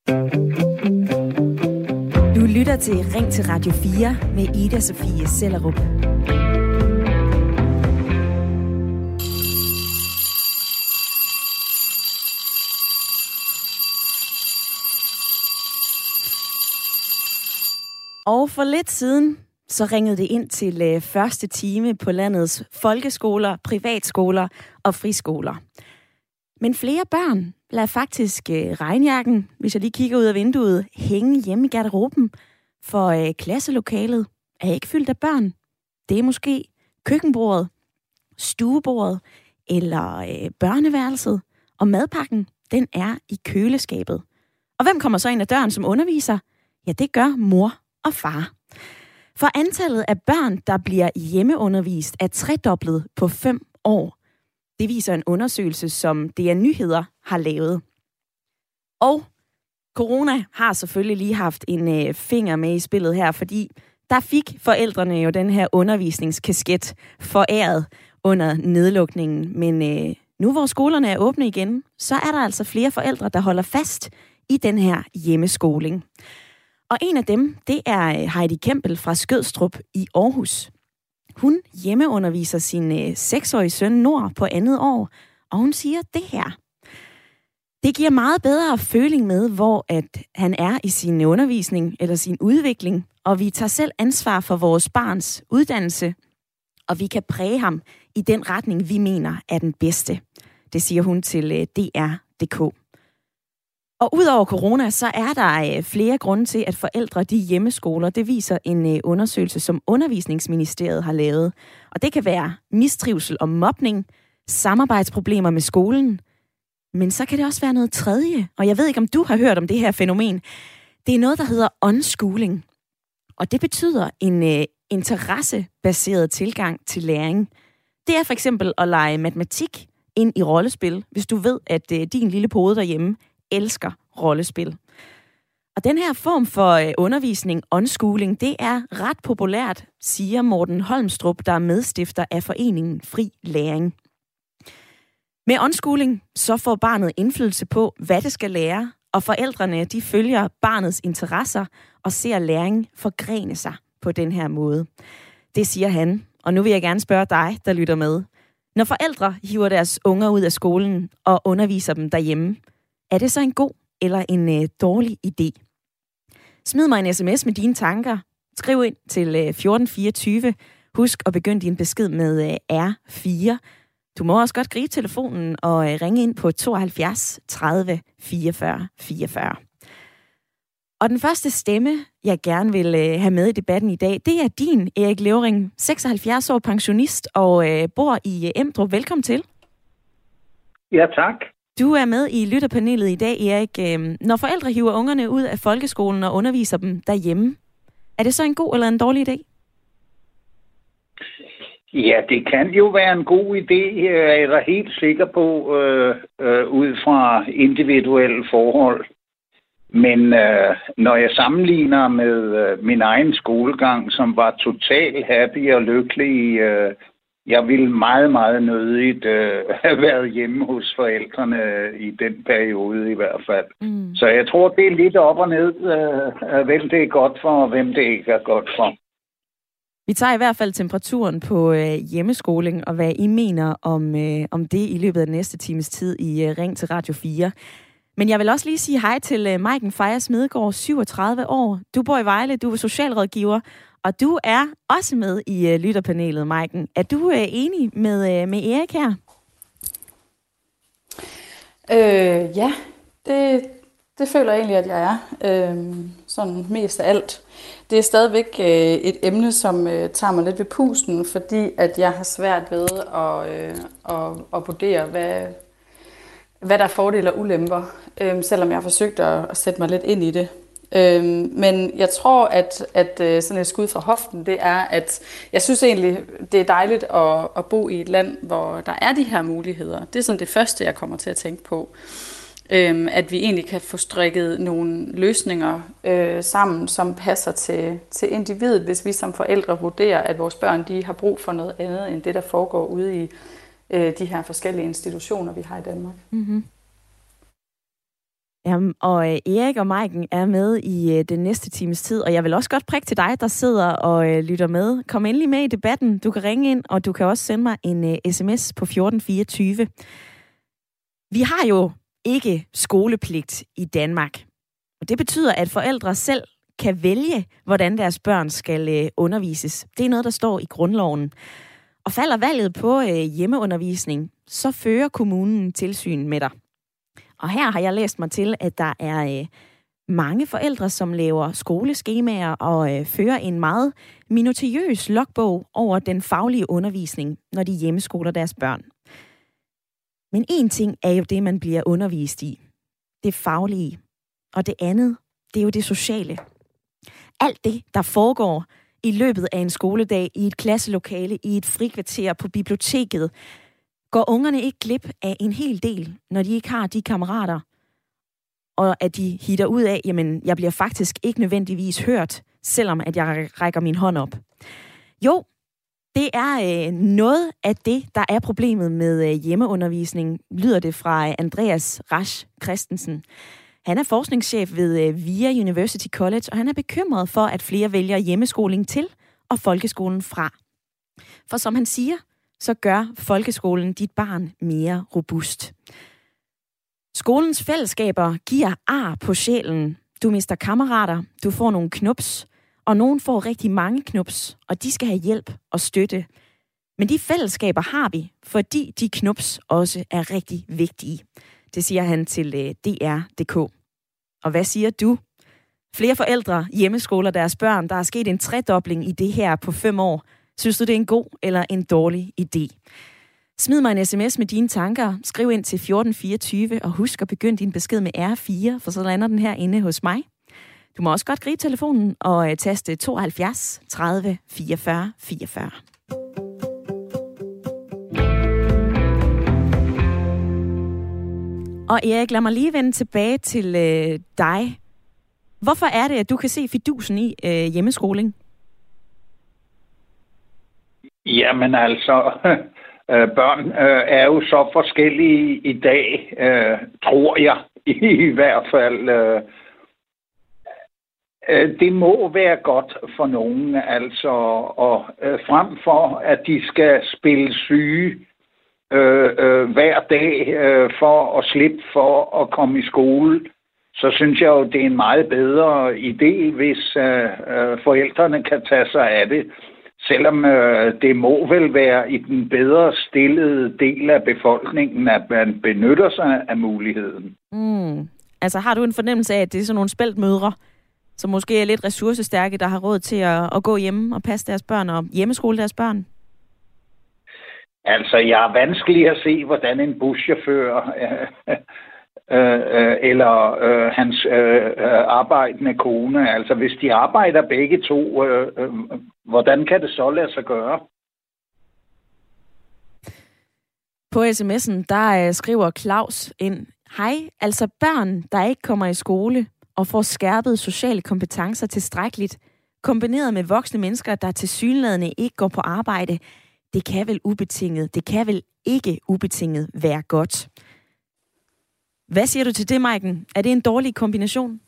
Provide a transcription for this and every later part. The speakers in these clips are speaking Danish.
Du lytter til Ring til Radio 4 med Ida Sofie Sellerup. Og for lidt siden, så ringede det ind til første time på landets folkeskoler, privatskoler og friskoler. Men flere børn lader faktisk regnjakken, hvis jeg lige kigger ud af vinduet, hænge hjemme i garderoben, for klasselokalet er ikke fyldt af børn. Det er måske køkkenbordet, stuebordet eller børneværelset, og madpakken, den er i køleskabet. Og hvem kommer så ind ad døren som underviser? Ja, det gør mor og far. For antallet af børn, der bliver hjemmeundervist, er tredoblet på 5 år. Det viser en undersøgelse, som DR Nyheder har lavet. Og corona har selvfølgelig lige haft en finger med i spillet her, fordi der fik forældrene jo den her undervisningskasket foræret under nedlukningen. Men nu hvor skolerne er åbne igen, så er der altså flere forældre, der holder fast i den her hjemmeskoling. Og en af dem, det er Heidi Kempel fra Skødstrup i Aarhus. Hun hjemmeunderviser sin 6-årige søn Nord på 2. år, og hun siger det her. Det giver meget bedre føling med, hvor at han er i sin undervisning eller sin udvikling, og vi tager selv ansvar for vores barns uddannelse, og vi kan præge ham i den retning, vi mener er den bedste. Det siger hun til DR.dk. Og udover corona, så er der flere grunde til, at forældre de hjemmeskoler. Det viser en undersøgelse, som Undervisningsministeriet har lavet. Og det kan være mistrivsel og mobning, samarbejdsproblemer med skolen. Men så kan det også være noget tredje. Og jeg ved ikke, om du har hørt om det her fænomen. Det er noget, der hedder unschooling. Og det betyder en interessebaseret tilgang til læring. Det er for eksempel at lege matematik ind i rollespil, hvis du ved, at din lille pode derhjemme elsker rollespil. Og den her form for undervisning, unschooling, det er ret populært, siger Morten Holmstrup, der er medstifter af foreningen Fri Læring. Med unschooling, så får barnet indflydelse på, hvad det skal lære, og forældrene, de følger barnets interesser og ser læring forgrene sig på den her måde. Det siger han, og nu vil jeg gerne spørge dig, der lytter med. Når forældre hiver deres unger ud af skolen og underviser dem derhjemme, er det så en god eller en dårlig idé? Smid mig en sms med dine tanker. Skriv ind til 1424. Husk at begynde din besked med R4. Du må også godt gribe telefonen og ringe ind på 72 30 44 44. Og den første stemme, jeg gerne vil have med i debatten i dag, det er din, Erik Levering, 76 år pensionist og bor i Emdrup. Velkommen til. Ja, tak. Du er med i lytterpanelet i dag, Erik. Når forældre hiver ungerne ud af folkeskolen og underviser dem derhjemme, er det så en god eller en dårlig idé? Ja, det kan jo være en god idé, jeg er helt sikker på, ud fra individuelle forhold. Men når jeg sammenligner med min egen skolegang, som var totalt happy og lykkelig, jeg ville meget, meget nødigt have været hjemme hos forældrene i den periode i hvert fald. Så jeg tror, det er lidt op og ned, hvem det er godt for, og hvem det ikke er godt for. Vi tager i hvert fald temperaturen på hjemmeskoling, og hvad I mener om det i løbet af den næste times tid i Ring til Radio 4. Men jeg vil også lige sige hej til Maiken Fejer Smedegaard, 37 år. Du bor i Vejle, du er socialrådgiver, og du er også med i lytterpanelet, Maiken. Er du enig med Erik her? Ja, det føler jeg egentlig, at jeg er. Sådan mest af alt. Det er stadigvæk et emne, som tager mig lidt ved pusten, fordi at jeg har svært ved at vurdere, hvad der er fordele og ulemper, selvom jeg har forsøgt at sætte mig lidt ind i det. Men jeg tror, at sådan et skud fra hoften, det er, at jeg synes egentlig, det er dejligt at bo i et land, hvor der er de her muligheder. Det er sådan det første, jeg kommer til at tænke på. At vi egentlig kan få strikket nogle løsninger sammen, som passer til individet, hvis vi som forældre vurderer, at vores børn de har brug for noget andet, end det, der foregår ude i de her forskellige institutioner, vi har i Danmark. Mm-hmm. Jamen, og Erik og Maiken er med i den næste times tid, og jeg vil også godt prikke til dig, der sidder og lytter med. Kom endelig med i debatten. Du kan ringe ind, og du kan også sende mig en sms på 1424. Vi har jo ikke skolepligt i Danmark, og det betyder, at forældre selv kan vælge, hvordan deres børn skal undervises. Det er noget, der står i grundloven. Og falder valget på hjemmeundervisning, så fører kommunen tilsyn med dig. Og her har jeg læst mig til, at der er mange forældre, som laver skoleskemaer og fører en meget minutiøs logbog over den faglige undervisning, når de hjemmeskoler deres børn. Men en ting er jo det, man bliver undervist i. Det faglige. Og det andet, det er jo det sociale. Alt det, der foregår i løbet af en skoledag, i et klasselokale, i et frikvarter, på biblioteket, går ungerne ikke glip af en hel del, når de ikke har de kammerater, og at de hitter ud af, jamen, jeg bliver faktisk ikke nødvendigvis hørt, selvom at jeg rækker min hånd op. Jo, det er noget af det, der er problemet med hjemmeundervisning, lyder det fra Andreas Rasch Christensen. Han er forskningschef ved VIA University College, og han er bekymret for, at flere vælger hjemmeskoling til og folkeskolen fra. For som han siger, så gør folkeskolen dit barn mere robust. Skolens fællesskaber giver ar på sjælen. Du mister kammerater, du får nogle knups, og nogen får rigtig mange knups, og de skal have hjælp og støtte. Men de fællesskaber har vi, fordi de knups også er rigtig vigtige. Det siger han til DR.dk. Og hvad siger du? Flere forældre hjemmeskoler deres børn. Der er sket en tredobling i det her på 5 år. Synes du, det er en god eller en dårlig idé? Smid mig en sms med dine tanker. Skriv ind til 1424, og husk at begynde din besked med R4, for så lander den her inde hos mig. Du må også godt gribe telefonen og taste 72 30 44 44. Og Erik, lad mig lige vende tilbage til dig. Hvorfor er det, at du kan se fidusen i hjemmeskoling? Jamen altså, børn er jo så forskellige i dag, tror jeg i hvert fald. Det må være godt for nogen, altså, og frem for, at de skal spille syge hver dag for at slippe for at komme i skole, så synes jeg jo, det er en meget bedre idé, hvis forældrene kan tage sig af det. Selvom det må vel være i den bedre stillede del af befolkningen, at man benytter sig af muligheden. Altså har du en fornemmelse af, at det er sådan nogle spæltmødre, som måske er lidt ressourcestærke, der har råd til at gå hjemme og passe deres børn og hjemmeskole deres børn? Altså, jeg er vanskelig at se, hvordan en buschauffør eller hans arbejdende kone, altså hvis de arbejder begge to, hvordan kan det så lade sig gøre? På sms'en, der skriver Claus ind: hej, altså børn, der ikke kommer i skole og får skærpet sociale kompetencer tilstrækkeligt, kombineret med voksne mennesker, der tilsyneladende ikke går på arbejde, det kan vel ikke ubetinget være godt. Hvad siger du til det, Maiken? Er det en dårlig kombination?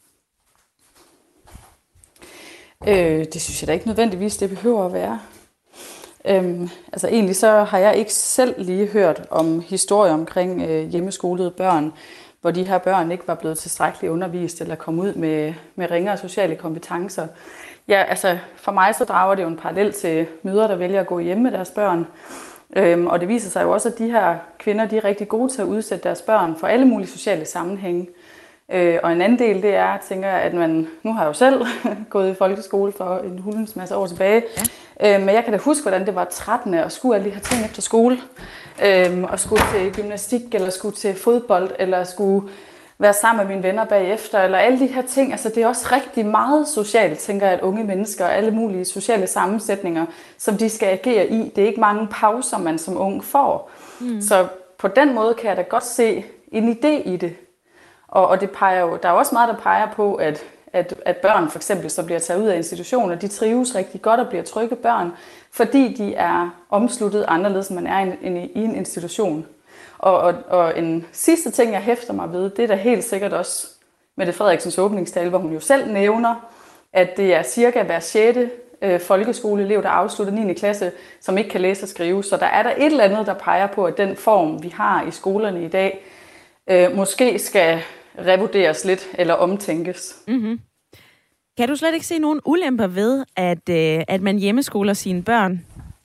Det synes jeg da ikke nødvendigvis, det behøver at være. Altså egentlig så har jeg ikke selv lige hørt om historier omkring hjemmeskolede børn, hvor de her børn ikke var blevet tilstrækkeligt undervist eller kom ud med ringere sociale kompetencer. Ja, altså for mig så drager det jo en parallel til mødre, der vælger at gå hjemme med deres børn. Og det viser sig jo også, at de her kvinder, de er rigtig gode til at udsætte deres børn for alle mulige sociale sammenhænge. Og en anden del, det er, tænker jeg, at nu har jeg jo selv gået i folkeskole for en hulens masse år tilbage, men jeg kan da huske, hvordan det var 13 at skulle alle de her ting efter skole, og skulle til gymnastik, eller skulle til fodbold, eller skulle være sammen med mine venner bagefter, eller alle de her ting. Altså det er også rigtig meget socialt, tænker jeg, at unge mennesker og alle mulige sociale sammensætninger, som de skal agere i. Det er ikke mange pauser, man som ung får. Så på den måde kan jeg da godt se en idé i det. Og det peger jo, der er også meget, der peger på, at børn for eksempel, så bliver taget ud af institutioner, de trives rigtig godt og bliver trygge børn, fordi de er omsluttet anderledes, end man er i en institution. Og en sidste ting, jeg hæfter mig ved, det er da helt sikkert også Mette Frederiksens åbningstale, hvor hun jo selv nævner, at det er cirka hver 6. folkeskoleelev, der afslutter 9. klasse, som ikke kan læse og skrive. Så der er der et eller andet, der peger på, at den form, vi har i skolerne i dag, måske skal revurderes lidt eller omtænkes. Mm-hmm. Kan du slet ikke se nogen ulemper ved, at man hjemmeskoler sine børn?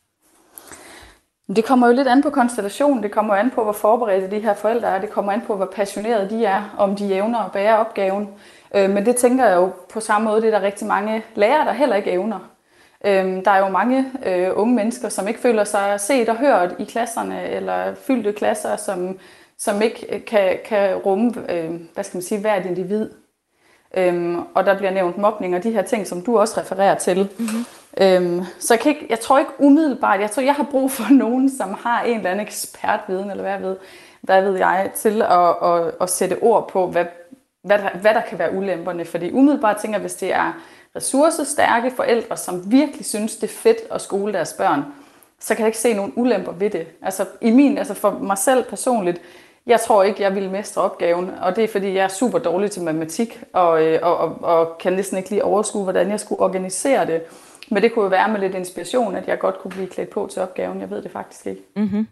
Det kommer jo lidt an på konstellationen. Det kommer jo an på, hvor forberedte de her forældre er. Det kommer an på, hvor passionerede de er, om de evner at bære opgaven. Men det tænker jeg jo på samme måde, det er der rigtig mange lærere, der heller ikke evner. Der er jo mange unge mennesker, som ikke føler sig set og hørt i klasserne, eller fyldte klasser, som ikke kan rumme, hvert individ. Og der bliver nævnt mobning og de her ting, som du også refererer til. Mm-hmm. Så jeg tror ikke umiddelbart, jeg har brug for nogen, som har en eller anden ekspertviden, eller hvad ved jeg, til at sætte ord på, hvad der kan være ulemperne. Fordi umiddelbart tænker jeg, hvis det er ressourcestærke forældre, som virkelig synes, det er fedt at skole deres børn, så kan jeg ikke se nogen ulemper ved det. Altså for mig selv personligt, jeg tror ikke, jeg ville mestre opgaven, og det er fordi, jeg er super dårlig til matematik, og kan næsten ikke lige overskue, hvordan jeg skulle organisere det. Men det kunne jo være med lidt inspiration, at jeg godt kunne blive klædt på til opgaven. Jeg ved det faktisk ikke. Mm-hmm.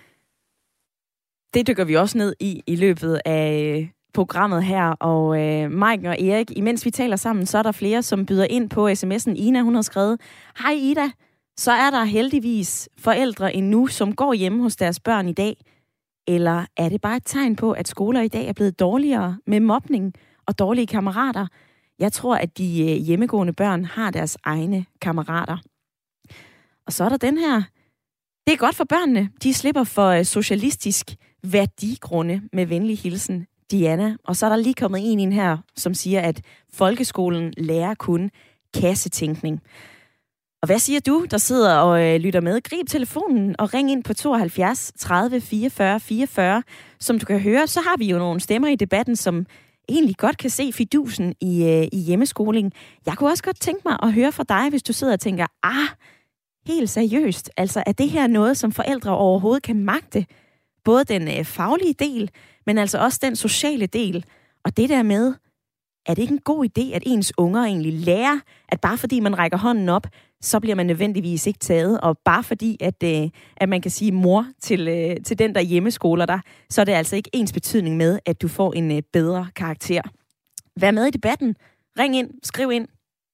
Det dykker vi også ned i løbet af programmet her, og Mike og Erik, imens vi taler sammen, så er der flere, som byder ind på sms'en. Ina, hun har skrevet: Hej Ida, så er der heldigvis forældre endnu, som går hjemme hos deres børn i dag. Eller er det bare et tegn på, at skoler i dag er blevet dårligere med mobning og dårlige kammerater? Jeg tror, at de hjemmegående børn har deres egne kammerater. Og så er der den her. Det er godt for børnene. De slipper for socialistisk værdigrunde, med venlig hilsen, Diana. Og så er der lige kommet en ind her, som siger, at folkeskolen lærer kun kassetænkning. Og hvad siger du, der sidder og lytter med? Grib telefonen og ring ind på 72 30 44 44. Som du kan høre, så har vi jo nogle stemmer i debatten, som egentlig godt kan se fidusen i hjemmeskoling. Jeg kunne også godt tænke mig at høre fra dig, hvis du sidder og tænker, helt seriøst, altså er det her noget, som forældre overhovedet kan magte? Både den faglige del, men altså også den sociale del. Og det der med, er det ikke en god idé, at ens unger egentlig lærer, at bare fordi man rækker hånden op, så bliver man nødvendigvis ikke taget, og bare fordi, at man kan sige mor til den, der hjemmeskoler dig, så er det altså ikke ens betydning med, at du får en bedre karakter. Vær med i debatten. Ring ind, skriv ind.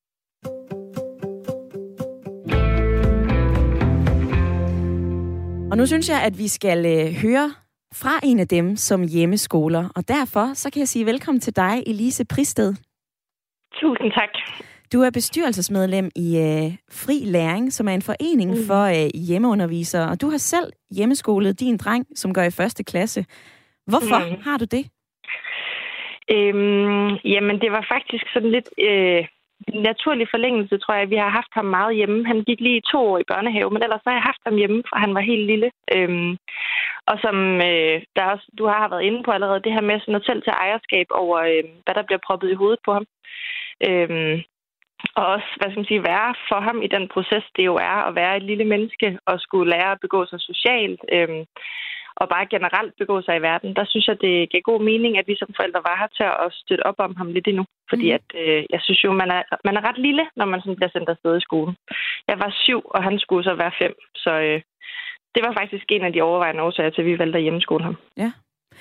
Og nu synes jeg, at vi skal høre fra en af dem som hjemmeskoler, og derfor så kan jeg sige velkommen til dig, Elise Pristed. Tusind tak. Du er bestyrelsesmedlem i Fri Læring, som er en forening for hjemmeundervisere, og du har selv hjemmeskolet din dreng, som går i 1. klasse. Hvorfor har du det? Jamen, det var faktisk sådan lidt naturlig forlængelse, tror jeg. Vi har haft ham meget hjemme. Han gik lige 2 år i børnehave, men ellers så har jeg haft ham hjemme, for han var helt lille. Og som der også, du har været inde på allerede, det her med sådan noget selv til ejerskab over, hvad der bliver proppet i hovedet på ham. Og også, være for ham i den proces, det jo er at være et lille menneske og skulle lære at begå sig socialt, og bare generelt begå sig i verden. Der synes jeg, det giver god mening, at vi som forældre var her til at støtte op om ham lidt endnu. Fordi at, jeg synes jo, man er ret lille, når man sådan bliver sendt afsted i skolen. Jeg var 7, og han skulle så være 5, så det var faktisk en af de overvejende årsager til, at vi valgte at hjemmeskole ham. Ja.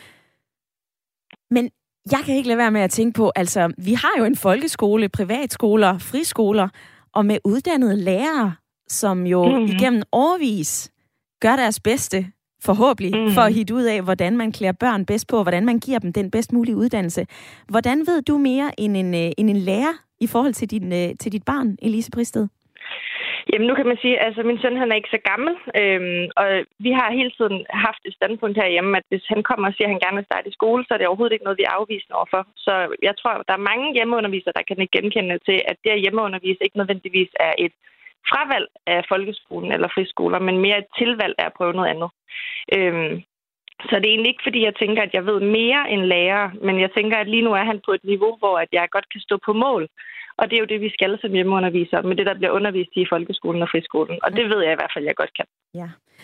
Men jeg kan ikke lade være med at tænke på, altså, vi har jo en folkeskole, privatskoler, friskoler, og med uddannede lærere, som jo igennem årevis gør deres bedste, forhåbentlig, for at hitte ud af, hvordan man klæder børn bedst på, hvordan man giver dem den bedst mulige uddannelse. Hvordan ved du mere end en lærer i forhold til dit barn, Elise Pristed? Jamen nu kan man sige, altså min søn han er ikke så gammel, og vi har hele tiden haft et standpunkt herhjemme, at hvis han kommer og siger, at han gerne vil starte i skole, så er det overhovedet ikke noget, vi er afvisende overfor. Så jeg tror, der er mange hjemmeundervisere, der kan ikke genkende til, at det at hjemmeundervise ikke nødvendigvis er et fravalg af folkeskolen eller friskoler, men mere et tilvalg af at prøve noget andet. Så det er egentlig ikke, fordi jeg tænker, at jeg ved mere end lærer, men jeg tænker, at lige nu er han på et niveau, hvor at jeg godt kan stå på mål. Og det er jo det, vi skal som hjemmeundervisere, med det, der bliver undervist i folkeskolen og friskolen. Og det ved jeg i hvert fald, jeg godt kan. Ja.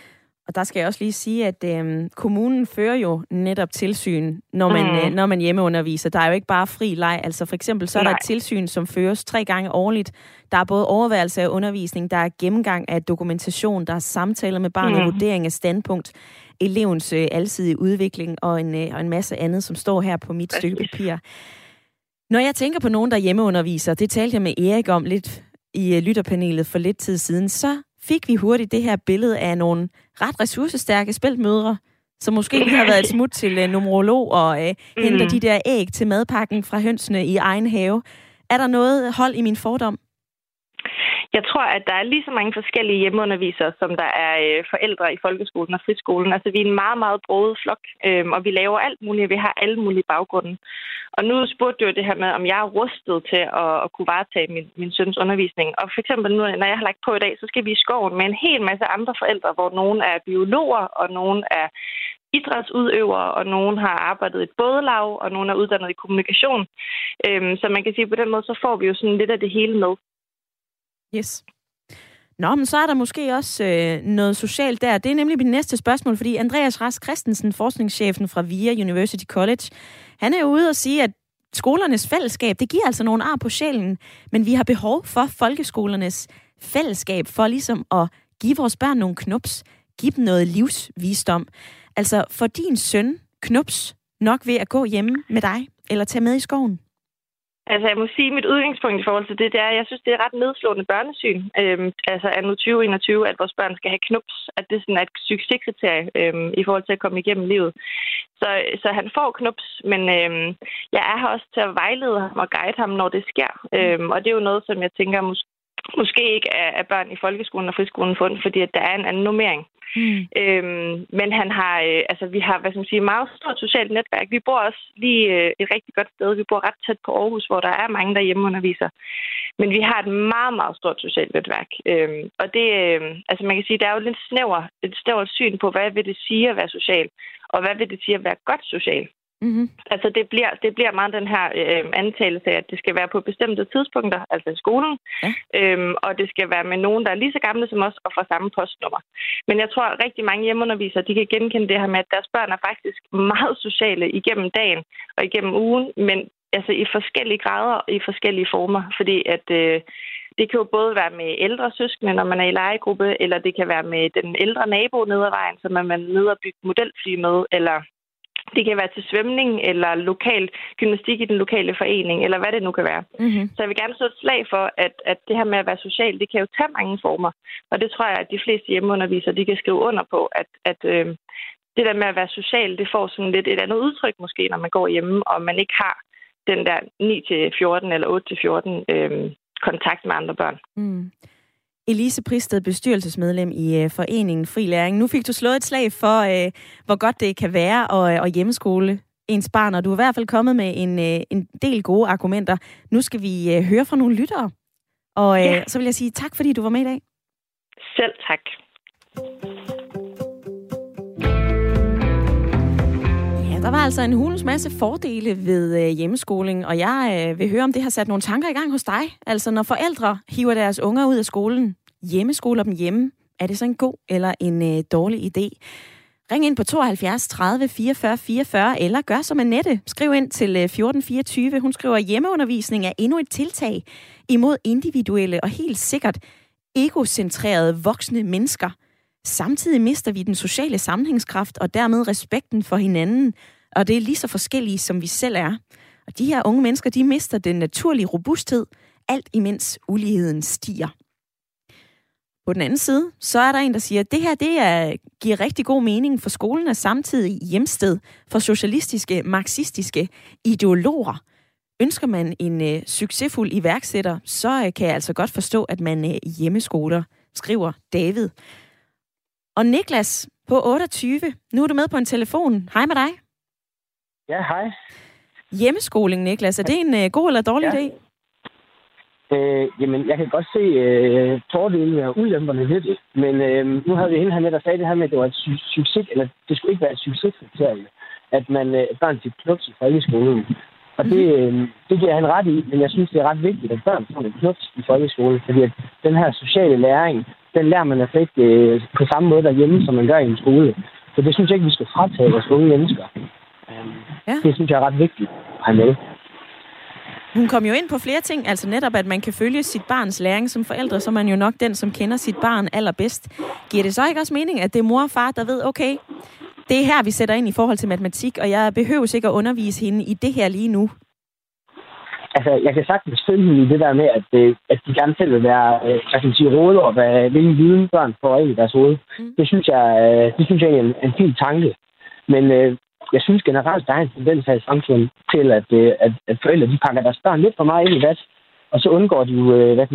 Og der skal jeg også lige sige, at kommunen fører jo netop tilsyn, når man hjemmeunderviser. Der er jo ikke bare fri leg. Altså for eksempel så er der et tilsyn, som føres 3 gange årligt. Der er både overværelse af undervisning, der er gennemgang af dokumentation, der er samtaler med barnet, vurdering af standpunkt, elevens alsidige udvikling og en masse andet, som står her på mit stykke papir. Når jeg tænker på nogen, der hjemmeunderviser, det talte jeg med Erik om lidt i lytterpanelet for lidt tid siden, så fik vi hurtigt det her billede af nogle ret ressourcestærke spæltmødre, som måske lige har været et smut til numerolog og henter de der æg til madpakken fra hønsene i egen have. Er der noget hold i min fordom? Jeg tror, at der er lige så mange forskellige hjemmeundervisere, som der er forældre i folkeskolen og friskolen. Altså, vi er en meget, meget broget flok, og vi laver alt muligt. Vi har alle mulige baggrunde. Og nu spurgte du jo det her med, om jeg er rustet til at kunne varetage min søns undervisning. Og for eksempel nu, når jeg har lagt på i dag, så skal vi i skoven med en hel masse andre forældre, hvor nogen er biologer, og nogen er idrætsudøvere, og nogen har arbejdet i et bådelaug, og nogen er uddannet i kommunikation. Så man kan sige, at på den måde, så får vi jo sådan lidt af det hele med. Yes. Nå, men så er der måske også noget socialt der. Det er nemlig mit næste spørgsmål, fordi Andreas Rask Christensen, forskningschefen fra VIA University College, han er jo ude og sige, at skolernes fællesskab, det giver altså nogle ar på sjælen, men vi har behov for folkeskolernes fællesskab for ligesom at give vores børn nogle knups, give dem noget livsvisdom. Altså, for din søn knups nok ved at gå hjemme med dig, eller tage med i skoven? Altså, jeg må sige, at mit udgangspunkt i forhold til det er, at jeg synes, det er ret nedslående børnesyn. Altså, anno 2021, at vores børn skal have knups, at det sådan er et succeskriterie i forhold til at komme igennem livet. Så han får knups, men jeg er her også til at vejlede ham og guide ham, når det sker. Og det er jo noget, som jeg tænker måske ikke er børn i folkeskolen og friskolen fundet, fordi at der er en anden normering. Men han har, vi har, meget stort socialt netværk. Vi bor også lige et rigtig godt sted. Vi bor ret tæt på Aarhus, hvor der er mange, der hjemmeunderviser. Men vi har et meget, meget stort socialt netværk. Og det, man kan sige, der er jo et snævert syn på, hvad vil det sige at være social, og hvad vil det sige at være godt social. Mm-hmm. Altså det bliver meget den her antagelse af, at det skal være på bestemte tidspunkter, altså i skolen, og det skal være med nogen, der er lige så gamle som os og fra samme postnummer. Men jeg tror, at rigtig mange hjemmeundervisere, de kan genkende det her med, at deres børn er faktisk meget sociale igennem dagen og igennem ugen, men altså i forskellige grader og i forskellige former, fordi at det kan jo både være med ældre søskende, når man er i legegruppe, eller det kan være med den ældre nabo nede ad vejen, som man er nede og bygge modelfly med, eller det kan være til svømning eller lokal gymnastik i den lokale forening, eller hvad det nu kan være. Mm-hmm. Så jeg vil gerne slå et slag for, at det her med at være social, det kan jo tage mange former. Og det tror jeg, at de fleste hjemmeundervisere, de kan skrive under på, at det der med at være social, det får sådan lidt et andet udtryk måske, når man går hjemme, og man ikke har den der 9-14 eller 8-14 kontakt med andre børn. Mm. Elise Pristed, bestyrelsesmedlem i foreningen Fri Læring. Nu fik du slået et slag for, hvor godt det kan være at hjemmeskole ens barn, og du er i hvert fald kommet med en del gode argumenter. Nu skal vi høre fra nogle lyttere, og så vil jeg sige tak, fordi du var med i dag. Selv tak. Der var altså en hulens masse fordele ved hjemmeskoling, og jeg vil høre, om det har sat nogle tanker i gang hos dig. Altså, når forældre hiver deres unger ud af skolen, hjemmeskoler dem hjemme, er det så en god eller en dårlig idé? Ring ind på 72 30 44 44, eller gør som Annette. Skriv ind til 1424. Hun skriver, at hjemmeundervisning er endnu et tiltag imod individuelle og helt sikkert egocentrerede voksne mennesker. Samtidig mister vi den sociale sammenhængskraft og dermed respekten for hinanden, og det er lige så forskellige, som vi selv er. Og de her unge mennesker, de mister den naturlige robusthed, alt imens uligheden stiger. På den anden side, så er der en, der siger, at det her giver rigtig god mening, for skolen er samtidig hjemsted for socialistiske, marxistiske ideologer. Ønsker man en succesfuld iværksætter, så kan jeg altså godt forstå, at man hjemmeskoler, skriver David. Og Niklas på 28, nu er du med på en telefon. Hej med dig. Ja, hej. Hjemmeskoling, Niklas, er det en god eller dårlig idé? Jamen, jeg kan godt se fordelene og ulemperne ved det. Men nu havde vi hende her, der sagde det her med, at det var et succes, eller det skulle ikke være et succeskriterie, at man børn til knups i folkeskolen. Og det giver han ret i, men jeg synes, det er ret vigtigt, at børn får en knups i folkeskolen, fordi at den her sociale læring, den lærer man altså ikke på samme måde derhjemme, som man gør i en skole. Så det synes jeg ikke, vi skal fratage vores unge mennesker. Det synes jeg er ret vigtigt at have med. Hun kom jo ind på flere ting, altså netop, at man kan følge sit barns læring som forældre, så er man jo nok den, som kender sit barn allerbedst. Giver det så ikke også mening, at det er mor og far, der ved, okay, det er her, vi sætter ind i forhold til matematik, og jeg behøver ikke at undervise hende i det her lige nu? Altså, jeg kan sagtens følge hende i det der med, at de gerne selv vil være, råd over, hvilken viden børn får ind i deres hoved. Det synes jeg er en fin tanke. Men jeg synes generelt, der er en tendens her i samfundet til, at forældre de pakker deres børn lidt for meget ind i vat, og så undgår de jo,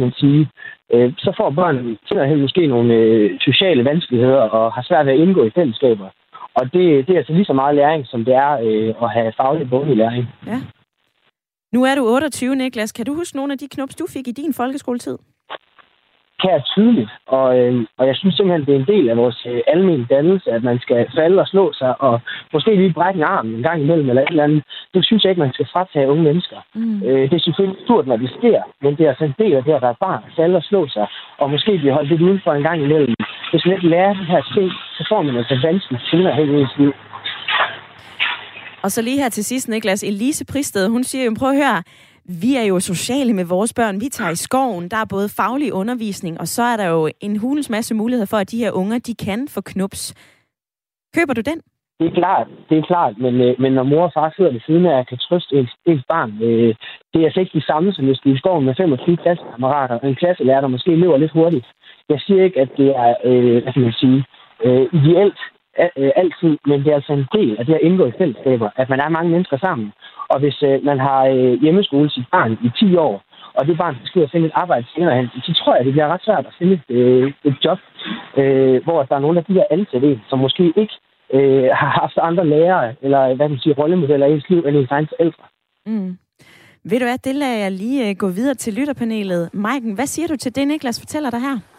så får børn simpelthen måske nogle sociale vanskeligheder og har svært ved at indgå i fællesskaber. Og det er altså lige så meget læring, som det er at have faglig boglig læring. Ja. Nu er du 28, Niklas. Kan du huske nogle af de knops, du fik i din folkeskoletid? Kan jeg tydeligt, og jeg synes simpelthen, det er en del af vores almene dannelse, at man skal falde og slå sig, og måske lige brække en arm en gang imellem, eller et eller andet. Det synes jeg ikke, man skal fratage unge mennesker. Det er selvfølgelig stort, når det sker, men det er altså en del af det, at der er barn, falde og slå sig, og måske blive holdt lidt udenfor en gang imellem. Hvis man ikke lærer de her ting, så får man altså vanskeligt til at have ens liv. Og så lige her til sidst, Niklas, Elise Pristed, hun siger jo, prøv at høre, vi er jo sociale med vores børn, vi tager i skoven, der er både faglig undervisning, og så er der jo en hulens masse muligheder for, at de her unger, de kan få knups. Køber du den? Det er klart, men når mor og far sidder ved siden af, kan trøste ens barn, det er altså ikke det samme, som hvis du er i skoven med 25 klassekammerater, og en klasselærer, der måske løber lidt hurtigt. Jeg siger ikke, at det er, ideelt altid, men det er altså en del af det at indgå i fællesskaber, at man er mange mennesker sammen. Og hvis man har hjemmeskole sit barn i 10 år, og det barn skal finde et arbejde senere hen, så tror jeg, det bliver ret svært at finde et job, hvor der er nogle af de her ansatte, som måske ikke har haft andre lærere, eller rollemodeller i ens liv, end ens egen forældre. Ved du hvad, det lader jeg lige gå videre til lytterpanelet. Maiken, hvad siger du til det, Niklas fortæller dig her?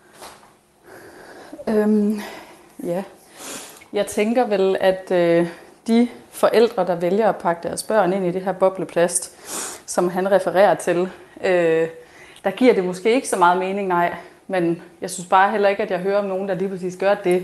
Ja, jeg tænker vel, at de forældre, der vælger at pakke deres børn ind i det her bobleplast, som han refererer til, der giver det måske ikke så meget mening, nej. Men jeg synes bare heller ikke, at jeg hører om nogen, der lige præcis gør det.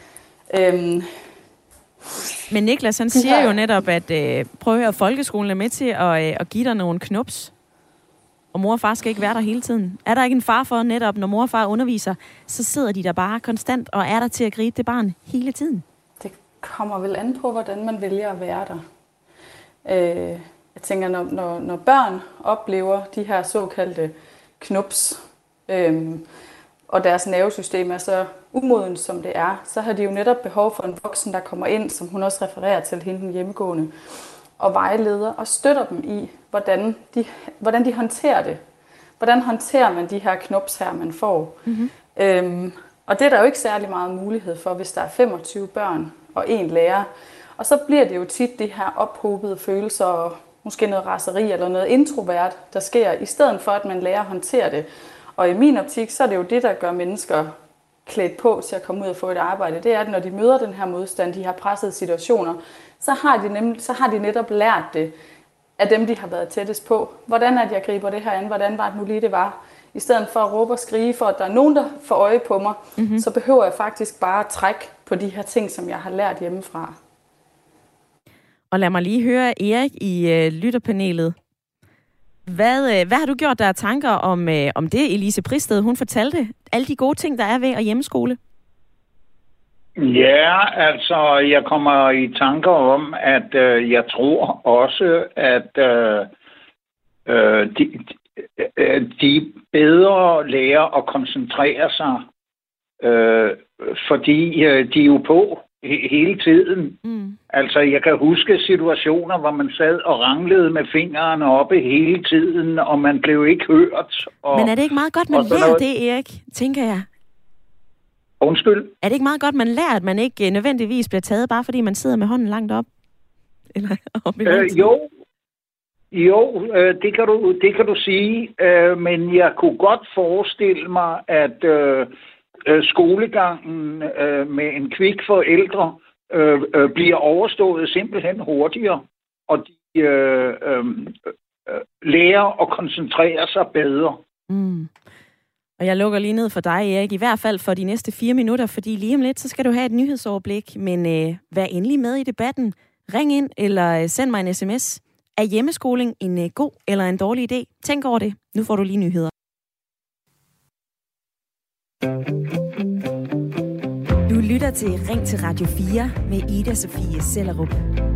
Men Niklas, han siger jo netop, at prøv at høre, folkeskolen er med til at give dig nogle knups. Og mor og far skal ikke være der hele tiden. Er der ikke en far for netop, når mor og far underviser, så sidder de der bare konstant og er der til at gribe det barn hele tiden? Det kommer vel an på, hvordan man vælger at være der. Jeg tænker, når børn oplever de her såkaldte knups, og deres nervesystem er så umodent, som det er, så har de jo netop behov for en voksen, der kommer ind, som hun også refererer til, hende den hjemmegående, og vejleder og støtter dem i, hvordan de håndterer det. Hvordan håndterer man de her knups her, man får? Og det er der jo ikke særlig meget mulighed for, hvis der er 25 børn og en lærer. Og så bliver det jo tit de her ophobede følelser, og måske noget raseri eller noget introvert, der sker, i stedet for, at man lærer at håndtere det. Og i min optik, så er det jo det, der gør mennesker klædt på til at komme ud og få et arbejde. Det er, at når de møder den her modstand, de her pressede situationer, så har de netop lært det af dem, de har været tættest på. Hvordan at jeg griber det her an? Hvordan var det nu lige, det var? I stedet for at råbe og skrige for, at der er nogen, der får øje på mig, så behøver jeg faktisk bare at trække på de her ting, som jeg har lært hjemmefra. Og lad mig lige høre Erik i lytterpanelet. Hvad har du gjort der tanker om det, Elise Pristed, hun fortalte? Alle de gode ting, der er ved at hjemmeskole? Ja, altså, jeg kommer i tanker om, at jeg tror også, at de bedre lærer at koncentrere sig, fordi de er jo på hele tiden. Altså, jeg kan huske situationer, hvor man sad og ranglede med fingrene oppe hele tiden, og man blev ikke hørt. Men er det ikke meget godt, man lærer det, Erik, tænker jeg? Undskyld? Er det ikke meget godt, man lærer, at man ikke nødvendigvis bliver taget, bare fordi man sidder med hånden langt op? Eller op i Jo, det kan du sige, men jeg kunne godt forestille mig, at skolegangen med en kvik forældre bliver overstået simpelthen hurtigere, og de lærer at koncentrere sig bedre. Og jeg lukker lige ned for dig, Erik, i hvert fald for de næste 4 minutter, fordi lige om lidt, så skal du have et nyhedsoverblik, men vær endelig med i debatten. Ring ind eller send mig en sms. Er hjemmeskoling en god eller en dårlig idé? Tænk over det. Nu får du lige nyheder. Du lytter til Ring til Radio 4 med Ida Sofie Sellerup.